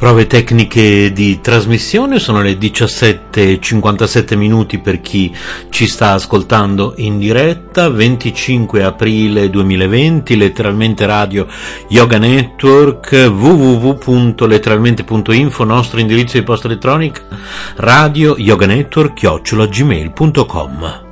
Prove tecniche di trasmissione, sono le 17:57 minuti per chi ci sta ascoltando in diretta, 25 aprile 2020, letteralmente radio Yoga Network, www.letteralmente.info, nostro indirizzo di posta elettronica, radio yoga network@gmail.com.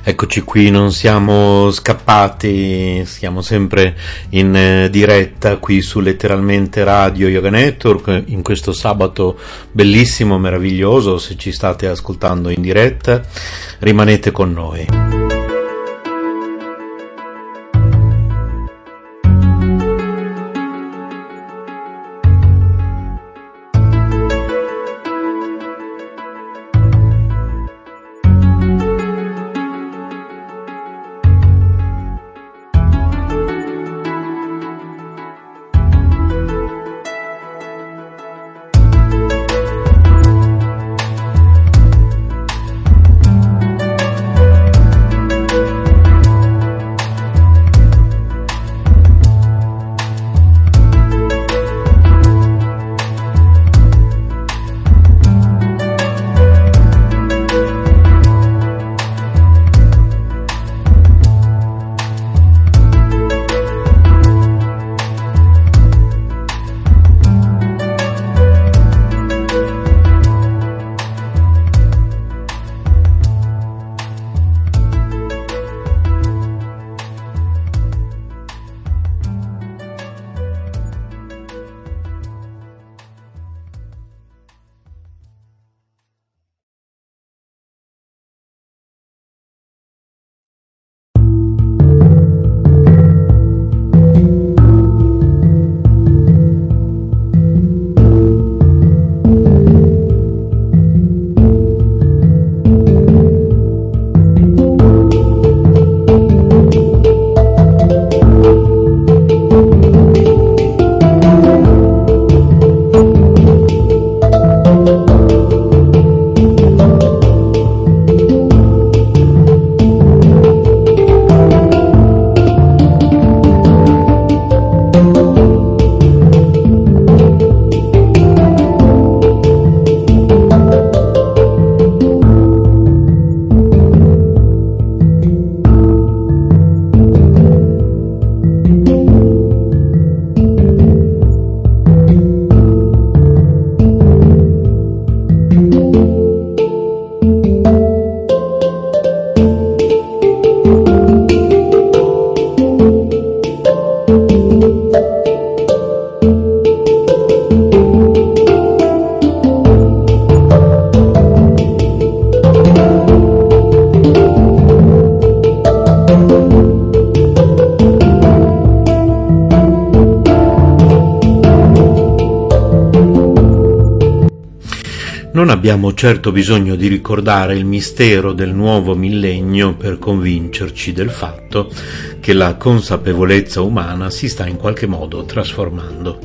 Eccoci qui, non siamo scappati, siamo sempre in diretta qui su Letteralmente Radio Yoga Network in questo sabato bellissimo, meraviglioso. Se ci state ascoltando in diretta, rimanete con noi. Non abbiamo certo bisogno di ricordare il mistero del nuovo millennio per convincerci del fatto che la consapevolezza umana si sta in qualche modo trasformando.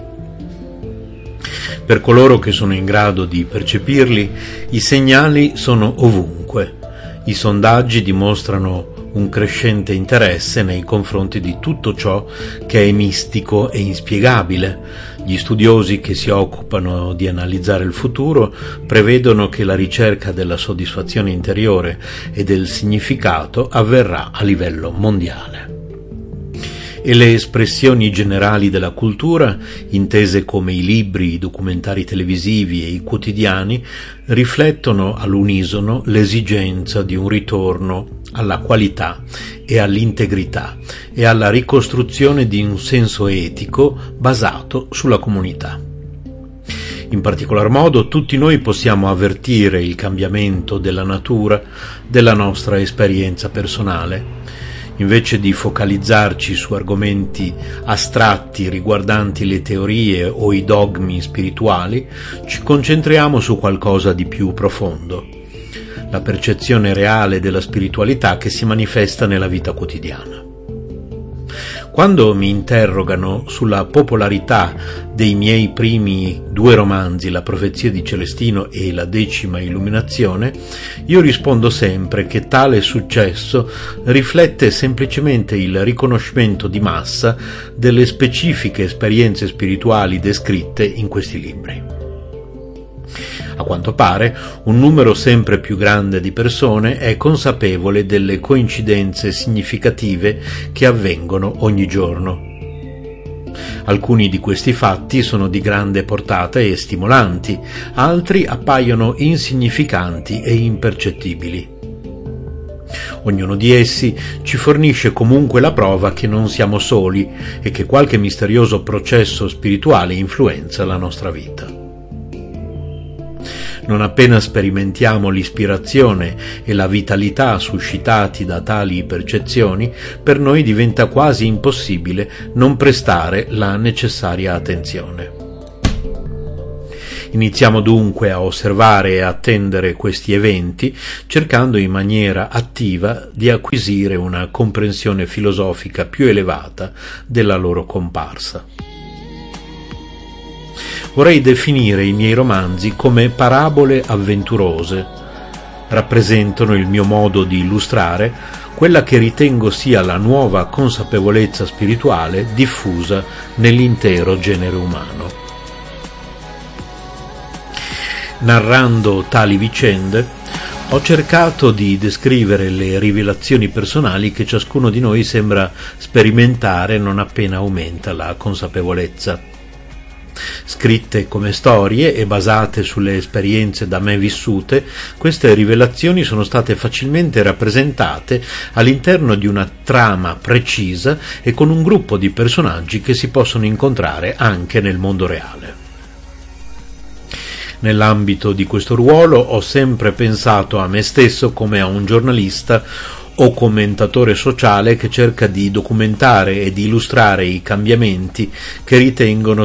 Per coloro che sono in grado di percepirli, i segnali sono ovunque. I sondaggi dimostrano un crescente interesse nei confronti di tutto ciò che è mistico e inspiegabile. Gli studiosi che si occupano di analizzare il futuro prevedono che la ricerca della soddisfazione interiore e del significato avverrà a livello mondiale. E le espressioni generali della cultura, intese come i libri, i documentari televisivi e i quotidiani, riflettono all'unisono l'esigenza di un ritorno alla qualità e all'integrità e alla ricostruzione di un senso etico basato sulla comunità. In particolar modo tutti noi possiamo avvertire il cambiamento della natura della nostra esperienza personale. Invece di focalizzarci su argomenti astratti riguardanti le teorie o i dogmi spirituali, ci concentriamo su qualcosa di più profondo, la percezione reale della spiritualità che si manifesta nella vita quotidiana. Quando mi interrogano sulla popolarità dei miei primi 2 romanzi, La profezia di Celestino e La 10ª illuminazione, io rispondo sempre che tale successo riflette semplicemente il riconoscimento di massa delle specifiche esperienze spirituali descritte in questi libri. A quanto pare, un numero sempre più grande di persone è consapevole delle coincidenze significative che avvengono ogni giorno. Alcuni di questi fatti sono di grande portata e stimolanti, altri appaiono insignificanti e impercettibili. Ognuno di essi ci fornisce comunque la prova che non siamo soli e che qualche misterioso processo spirituale influenza la nostra vita. Non appena sperimentiamo l'ispirazione e la vitalità suscitati da tali percezioni, per noi diventa quasi impossibile non prestare la necessaria attenzione. Iniziamo dunque a osservare e attendere questi eventi, cercando in maniera attiva di acquisire una comprensione filosofica più elevata della loro comparsa. Vorrei definire i miei romanzi come parabole avventurose. Rappresentano il mio modo di illustrare quella che ritengo sia la nuova consapevolezza spirituale diffusa nell'intero genere umano. Narrando tali vicende, ho cercato di descrivere le rivelazioni personali che ciascuno di noi sembra sperimentare non appena aumenta la consapevolezza. Scritte come storie e basate sulle esperienze da me vissute, queste rivelazioni sono state facilmente rappresentate all'interno di una trama precisa e con un gruppo di personaggi che si possono incontrare anche nel mondo reale. Nell'ambito di questo ruolo ho sempre pensato a me stesso come a un giornalista o commentatore sociale che cerca di documentare e di illustrare i cambiamenti che ritengo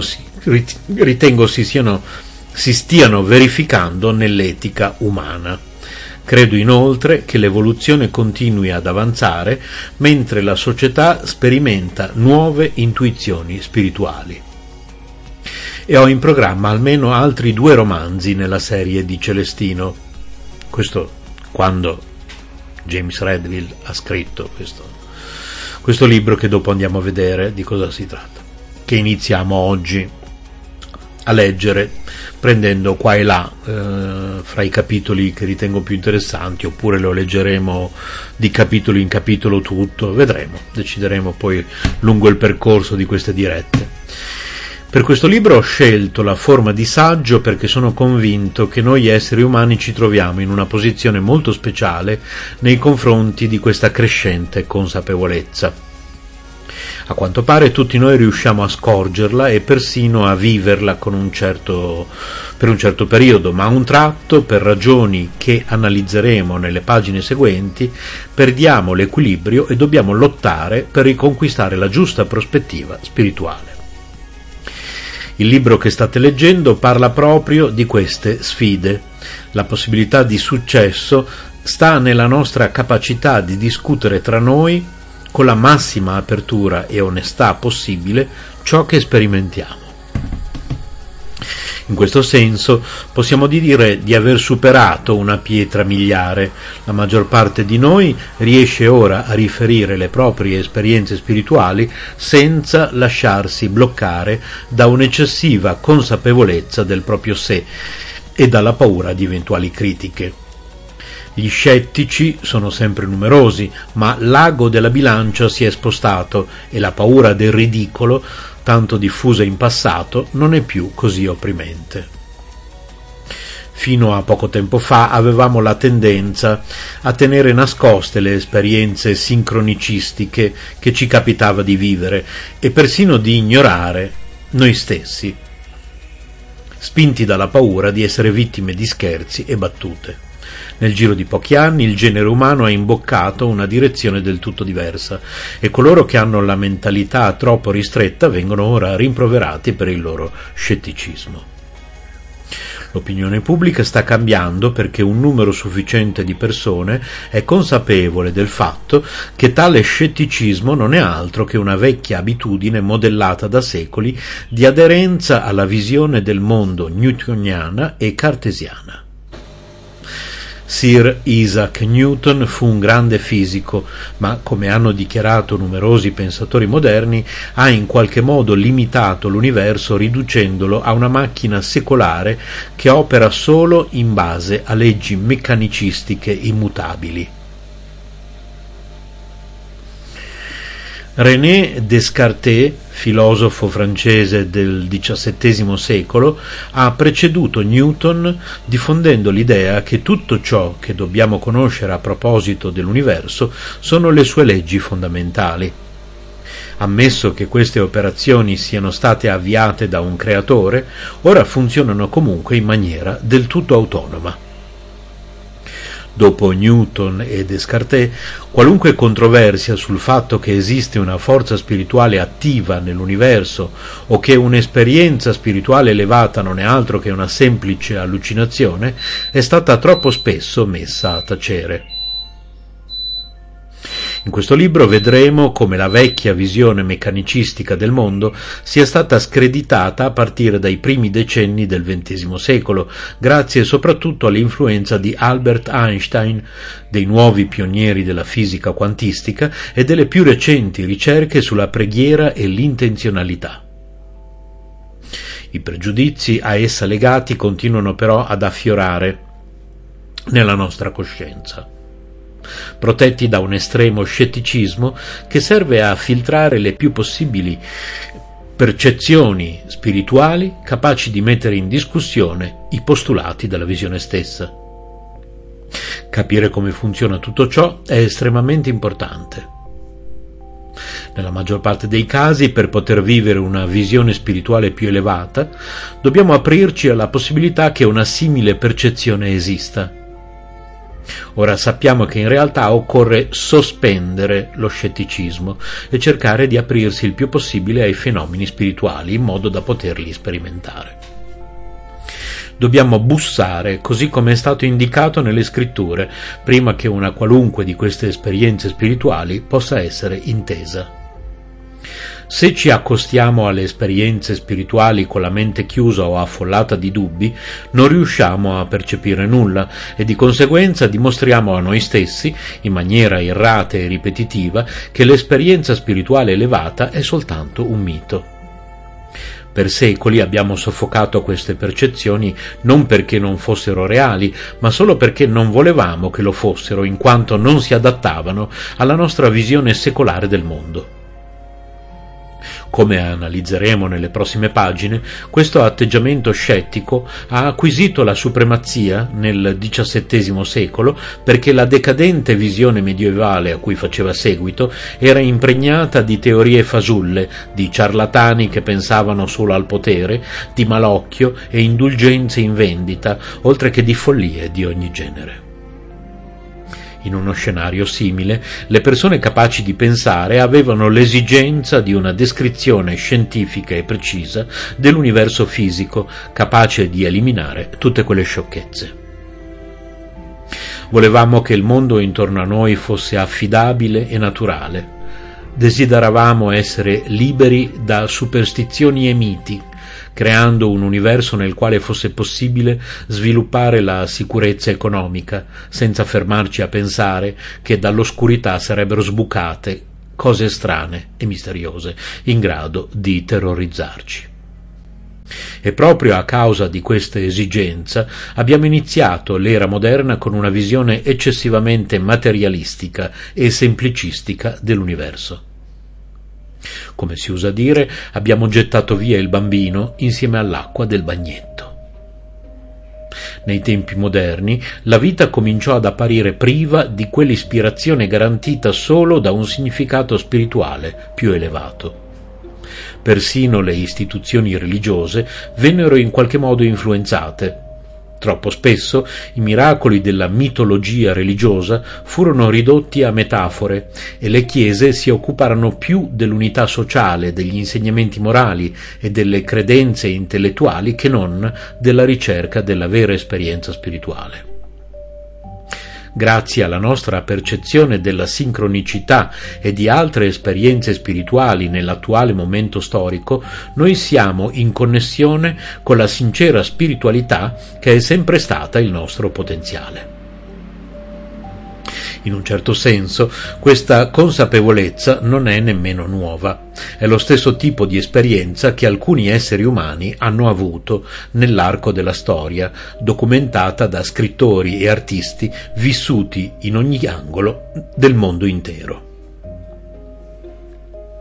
si stiano verificando nell'etica umana. Credo inoltre che l'evoluzione continui ad avanzare mentre la società sperimenta nuove intuizioni spirituali. E ho in programma almeno altri 2 romanzi nella serie di Celestino. Questo quando James Redville ha scritto questo libro, che dopo andiamo a vedere di cosa si tratta, che iniziamo oggi a leggere, prendendo qua e là fra i capitoli che ritengo più interessanti, oppure lo leggeremo di capitolo in capitolo tutto, vedremo, decideremo poi lungo il percorso di queste dirette. Per questo libro ho scelto la forma di saggio perché sono convinto che noi esseri umani ci troviamo in una posizione molto speciale nei confronti di questa crescente consapevolezza. A quanto pare tutti noi riusciamo a scorgerla e persino a viverla per un certo periodo, ma a un tratto, per ragioni che analizzeremo nelle pagine seguenti, perdiamo l'equilibrio e dobbiamo lottare per riconquistare la giusta prospettiva spirituale. Il libro che state leggendo parla proprio di queste sfide. La possibilità di successo sta nella nostra capacità di discutere tra noi con la massima apertura e onestà possibile ciò che sperimentiamo. In questo senso possiamo dire di aver superato una pietra miliare. La maggior parte di noi riesce ora a riferire le proprie esperienze spirituali senza lasciarsi bloccare da un'eccessiva consapevolezza del proprio sé e dalla paura di eventuali critiche. Gli scettici sono sempre numerosi, ma l'ago della bilancia si è spostato e la paura del ridicolo, tanto diffusa in passato, non è più così opprimente. Fino a poco tempo fa avevamo la tendenza a tenere nascoste le esperienze sincronicistiche che ci capitava di vivere e persino di ignorare noi stessi, spinti dalla paura di essere vittime di scherzi e battute. Nel giro di pochi anni il genere umano ha imboccato una direzione del tutto diversa e coloro che hanno la mentalità troppo ristretta vengono ora rimproverati per il loro scetticismo. L'opinione pubblica sta cambiando perché un numero sufficiente di persone è consapevole del fatto che tale scetticismo non è altro che una vecchia abitudine modellata da secoli di aderenza alla visione del mondo newtoniana e cartesiana. Sir Isaac Newton fu un grande fisico, ma, come hanno dichiarato numerosi pensatori moderni, ha in qualche modo limitato l'universo riducendolo a una macchina secolare che opera solo in base a leggi meccanicistiche immutabili. René Descartes, filosofo francese del XVII secolo, ha preceduto Newton diffondendo l'idea che tutto ciò che dobbiamo conoscere a proposito dell'universo sono le sue leggi fondamentali. Ammesso che queste operazioni siano state avviate da un creatore, ora funzionano comunque in maniera del tutto autonoma. Dopo Newton e Descartes, qualunque controversia sul fatto che esiste una forza spirituale attiva nell'universo o che un'esperienza spirituale elevata non è altro che una semplice allucinazione è stata troppo spesso messa a tacere. In questo libro vedremo come la vecchia visione meccanicistica del mondo sia stata screditata a partire dai primi decenni del XX secolo, grazie soprattutto all'influenza di Albert Einstein, dei nuovi pionieri della fisica quantistica e delle più recenti ricerche sulla preghiera e l'intenzionalità. I pregiudizi a essa legati continuano però ad affiorare nella nostra coscienza, protetti da un estremo scetticismo che serve a filtrare le più possibili percezioni spirituali capaci di mettere in discussione i postulati della visione stessa. Capire come funziona tutto ciò è estremamente importante. Nella maggior parte dei casi, per poter vivere una visione spirituale più elevata, dobbiamo aprirci alla possibilità che una simile percezione esista. Ora sappiamo che in realtà occorre sospendere lo scetticismo e cercare di aprirsi il più possibile ai fenomeni spirituali in modo da poterli sperimentare. Dobbiamo bussare, così come è stato indicato nelle scritture, prima che una qualunque di queste esperienze spirituali possa essere intesa. Se ci accostiamo alle esperienze spirituali con la mente chiusa o affollata di dubbi, non riusciamo a percepire nulla e di conseguenza dimostriamo a noi stessi, in maniera errata e ripetitiva, che l'esperienza spirituale elevata è soltanto un mito. Per secoli abbiamo soffocato queste percezioni non perché non fossero reali, ma solo perché non volevamo che lo fossero, in quanto non si adattavano alla nostra visione secolare del mondo. Come analizzeremo nelle prossime pagine, questo atteggiamento scettico ha acquisito la supremazia nel XVII secolo perché la decadente visione medievale a cui faceva seguito era impregnata di teorie fasulle, di ciarlatani che pensavano solo al potere, di malocchio e indulgenze in vendita, oltre che di follie di ogni genere. In uno scenario simile, le persone capaci di pensare avevano l'esigenza di una descrizione scientifica e precisa dell'universo fisico, capace di eliminare tutte quelle sciocchezze. Volevamo che il mondo intorno a noi fosse affidabile e naturale. Desideravamo essere liberi da superstizioni e miti, creando un universo nel quale fosse possibile sviluppare la sicurezza economica, senza fermarci a pensare che dall'oscurità sarebbero sbucate cose strane e misteriose, in grado di terrorizzarci. E proprio a causa di questa esigenza abbiamo iniziato l'era moderna con una visione eccessivamente materialistica e semplicistica dell'universo. Come si usa dire, abbiamo gettato via il bambino insieme all'acqua del bagnetto. Nei tempi moderni, la vita cominciò ad apparire priva di quell'ispirazione garantita solo da un significato spirituale più elevato. Persino le istituzioni religiose vennero in qualche modo influenzate. Troppo spesso i miracoli della mitologia religiosa furono ridotti a metafore e le chiese si occuparono più dell'unità sociale, degli insegnamenti morali e delle credenze intellettuali che non della ricerca della vera esperienza spirituale. Grazie alla nostra percezione della sincronicità e di altre esperienze spirituali nell'attuale momento storico, noi siamo in connessione con la sincera spiritualità che è sempre stata il nostro potenziale. In un certo senso, questa consapevolezza non è nemmeno nuova. È lo stesso tipo di esperienza che alcuni esseri umani hanno avuto nell'arco della storia, documentata da scrittori e artisti vissuti in ogni angolo del mondo intero.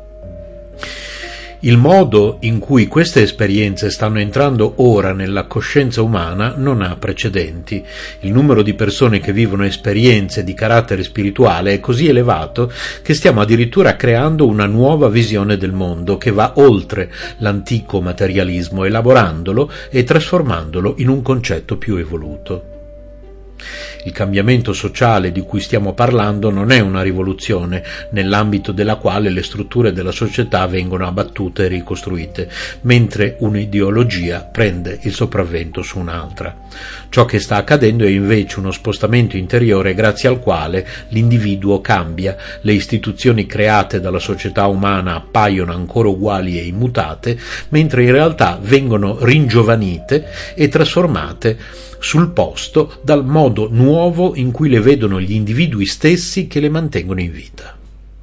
Il modo in cui queste esperienze stanno entrando ora nella coscienza umana non ha precedenti. Il numero di persone che vivono esperienze di carattere spirituale è così elevato che stiamo addirittura creando una nuova visione del mondo che va oltre l'antico materialismo, elaborandolo e trasformandolo in un concetto più evoluto. Il cambiamento sociale di cui stiamo parlando non è una rivoluzione nell'ambito della quale le strutture della società vengono abbattute e ricostruite, mentre un'ideologia prende il sopravvento su un'altra. Ciò che sta accadendo è invece uno spostamento interiore grazie al quale l'individuo cambia, le istituzioni create dalla società umana appaiono ancora uguali e immutate, mentre in realtà vengono ringiovanite e trasformate sul posto dal modo nuovo in cui le vedono gli individui stessi che le mantengono in vita.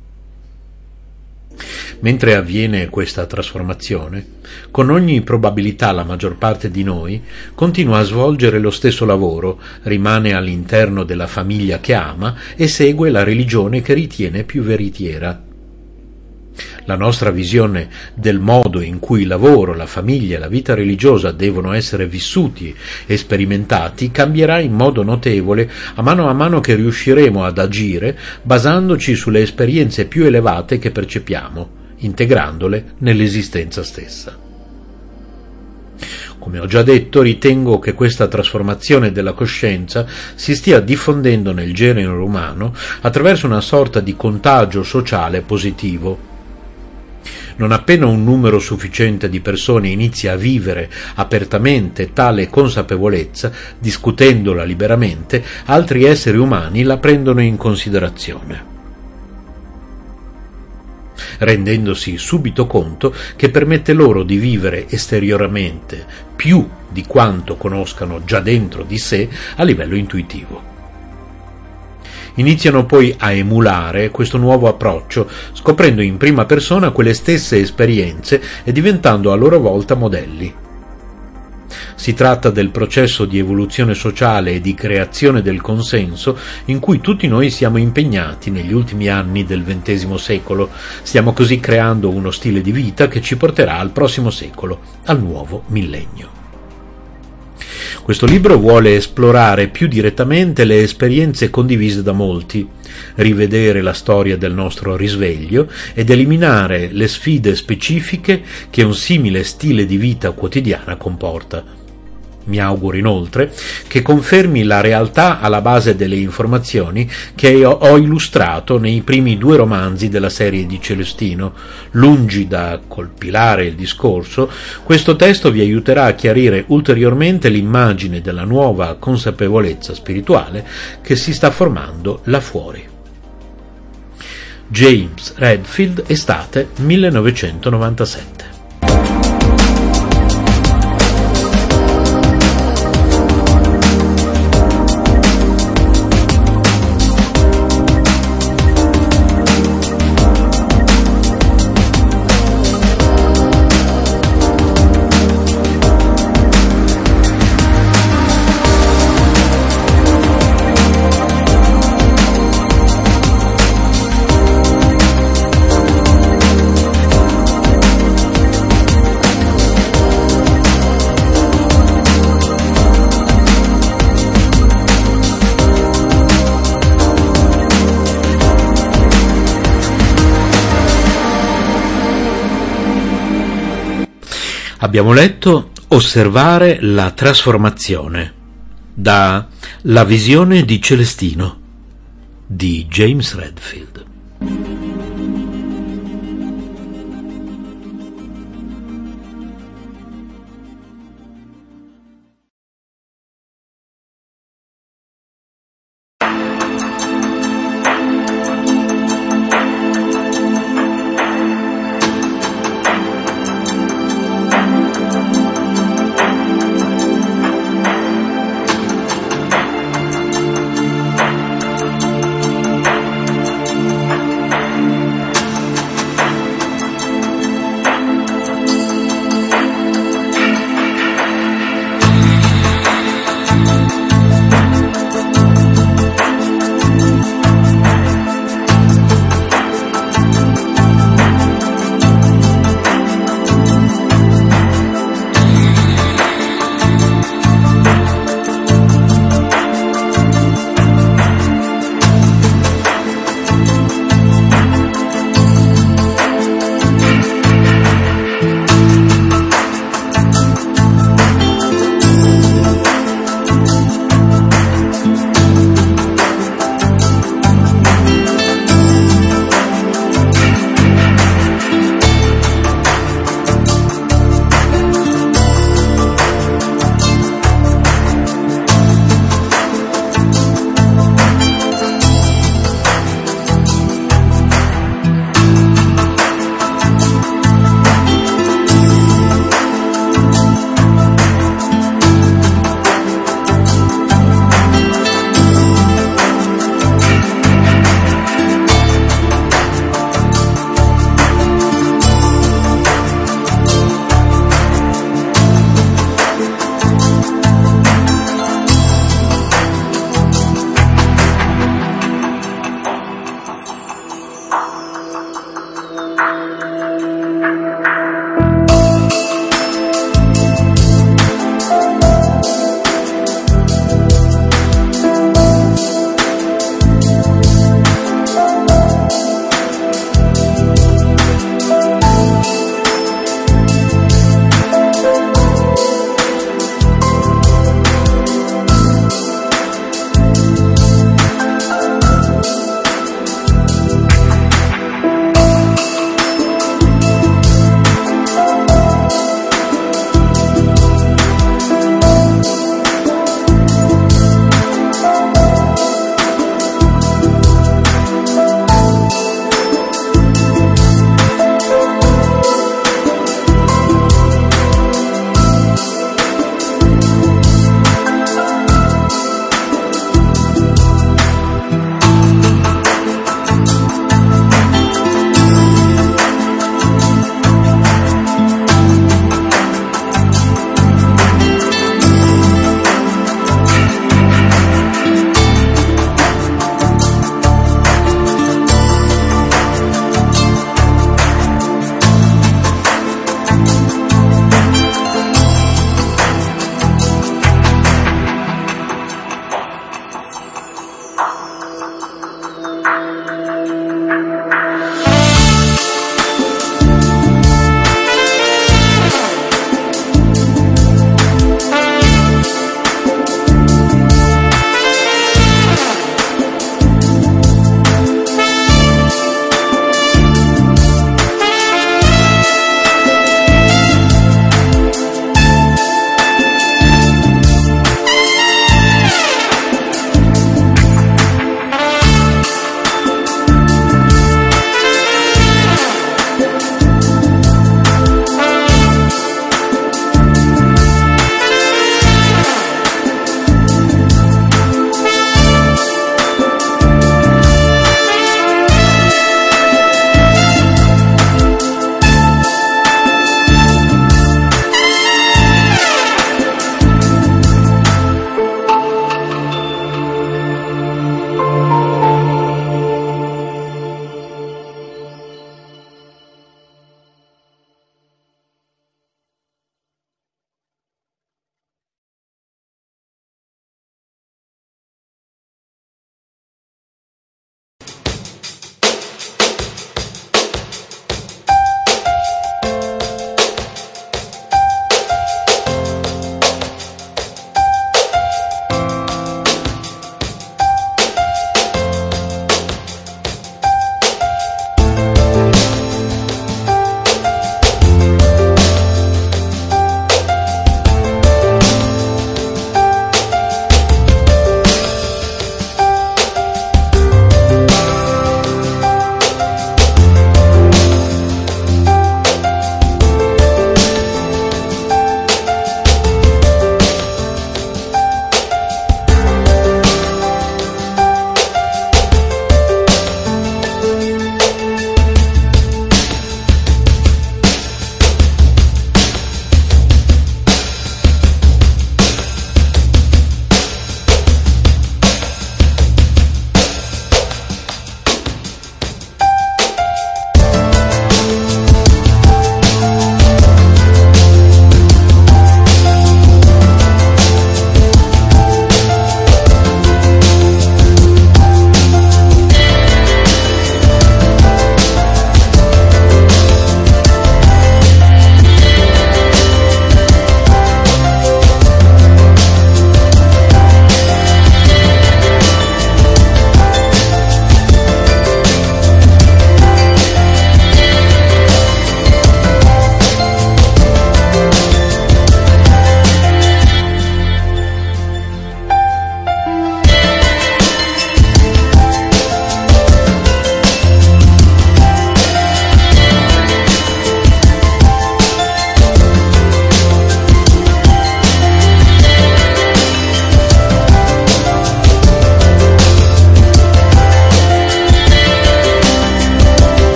Mentre avviene questa trasformazione, con ogni probabilità la maggior parte di noi continua a svolgere lo stesso lavoro, rimane all'interno della famiglia che ama e segue la religione che ritiene più veritiera. La nostra visione del modo in cui il lavoro, la famiglia e la vita religiosa devono essere vissuti e sperimentati cambierà in modo notevole a mano che riusciremo ad agire basandoci sulle esperienze più elevate che percepiamo, integrandole nell'esistenza stessa. Come ho già detto, ritengo che questa trasformazione della coscienza si stia diffondendo nel genere umano attraverso una sorta di contagio sociale positivo. Non appena un numero sufficiente di persone inizia a vivere apertamente tale consapevolezza, discutendola liberamente, altri esseri umani la prendono in considerazione, rendendosi subito conto che permette loro di vivere esteriormente più di quanto conoscano già dentro di sé a livello intuitivo. Iniziano poi a emulare questo nuovo approccio, scoprendo in prima persona quelle stesse esperienze e diventando a loro volta modelli. Si tratta del processo di evoluzione sociale e di creazione del consenso in cui tutti noi siamo impegnati negli ultimi anni del XX secolo. Stiamo così creando uno stile di vita che ci porterà al prossimo secolo, al nuovo millennio. Questo libro vuole esplorare più direttamente le esperienze condivise da molti, rivedere la storia del nostro risveglio ed eliminare le sfide specifiche che un simile stile di vita quotidiana comporta. Mi auguro inoltre che confermi la realtà alla base delle informazioni che ho illustrato nei primi 2 romanzi della serie di Celestino. Lungi da colpilare il discorso, questo testo vi aiuterà a chiarire ulteriormente l'immagine della nuova consapevolezza spirituale che si sta formando là fuori. James Redfield, estate 1997. Abbiamo letto Osservare la trasformazione da La visione di Celestino di James Redfield.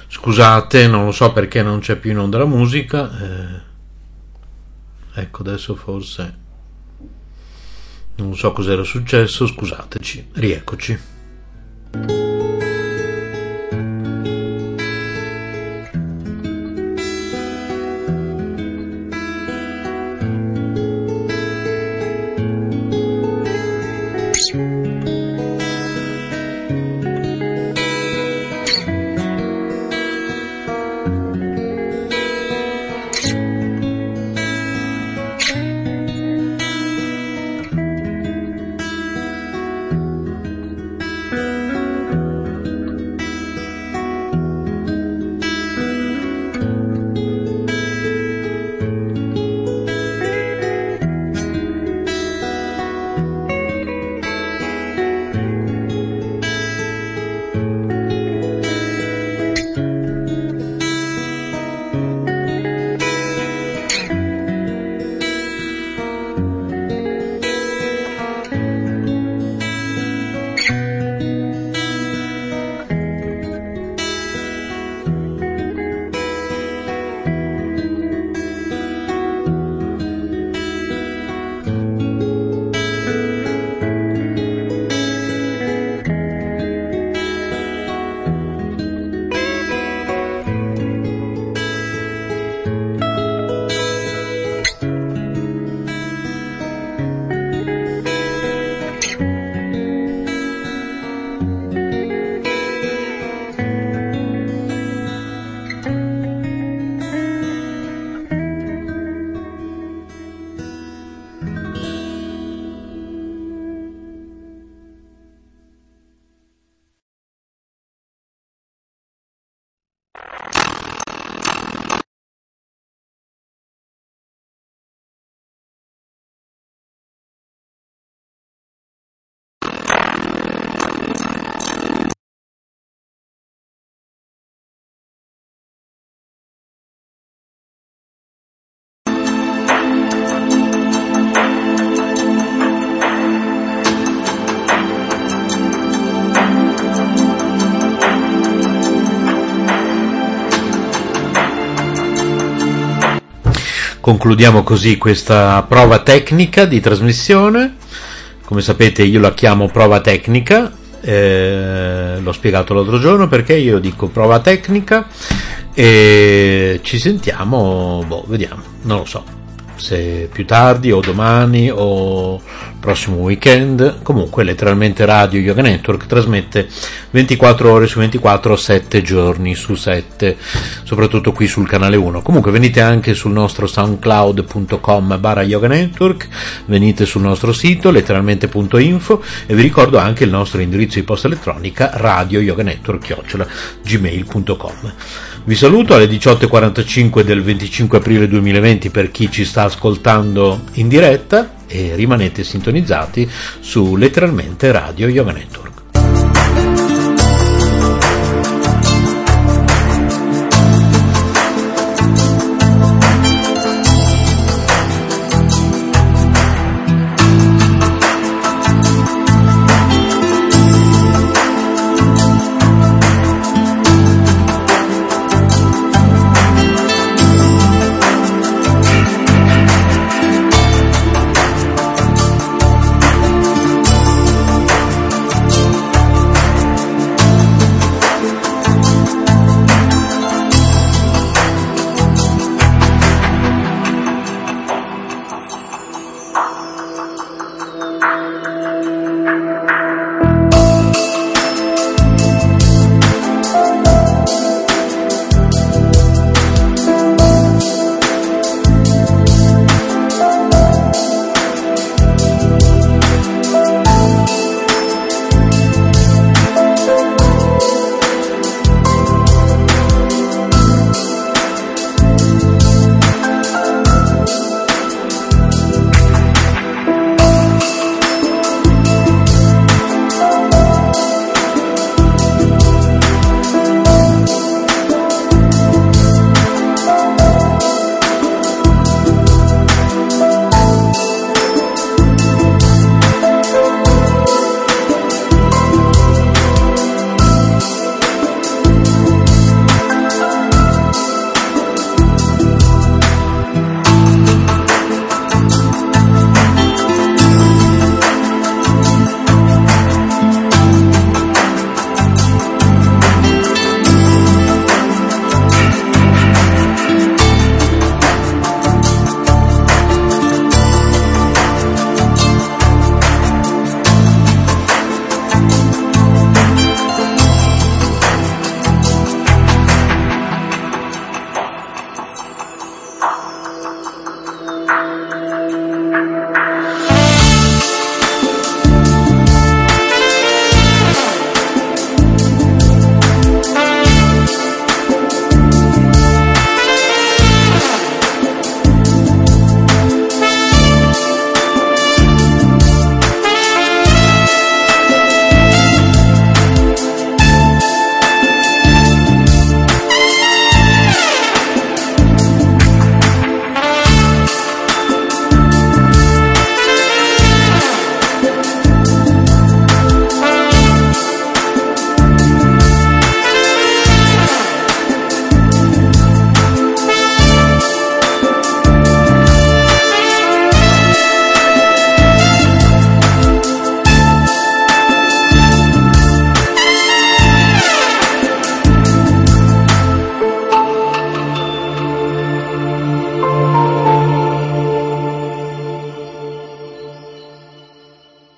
Scusate, non lo so perché non c'è più in onda la musica. Ecco, adesso forse non so cos'era successo, scusateci, rieccoci. Concludiamo così questa prova tecnica di trasmissione. Come sapete io la chiamo prova tecnica, l'ho spiegato l'altro giorno perché io dico prova tecnica, e ci sentiamo, vediamo, non lo so se più tardi o domani o prossimo weekend. Comunque letteralmente Radio Yoga Network trasmette 24 ore su 24, 7 giorni su 7, soprattutto qui sul canale 1. Comunque venite anche sul nostro soundcloud.com/Yoga Network, venite sul nostro sito letteralmente.info e vi ricordo anche il nostro indirizzo di posta elettronica radioyoganetwork@gmail.com. Vi saluto alle 18:45 del 25 aprile 2020 per chi ci sta ascoltando in diretta, e rimanete sintonizzati su letteralmente Radio Yoga Network.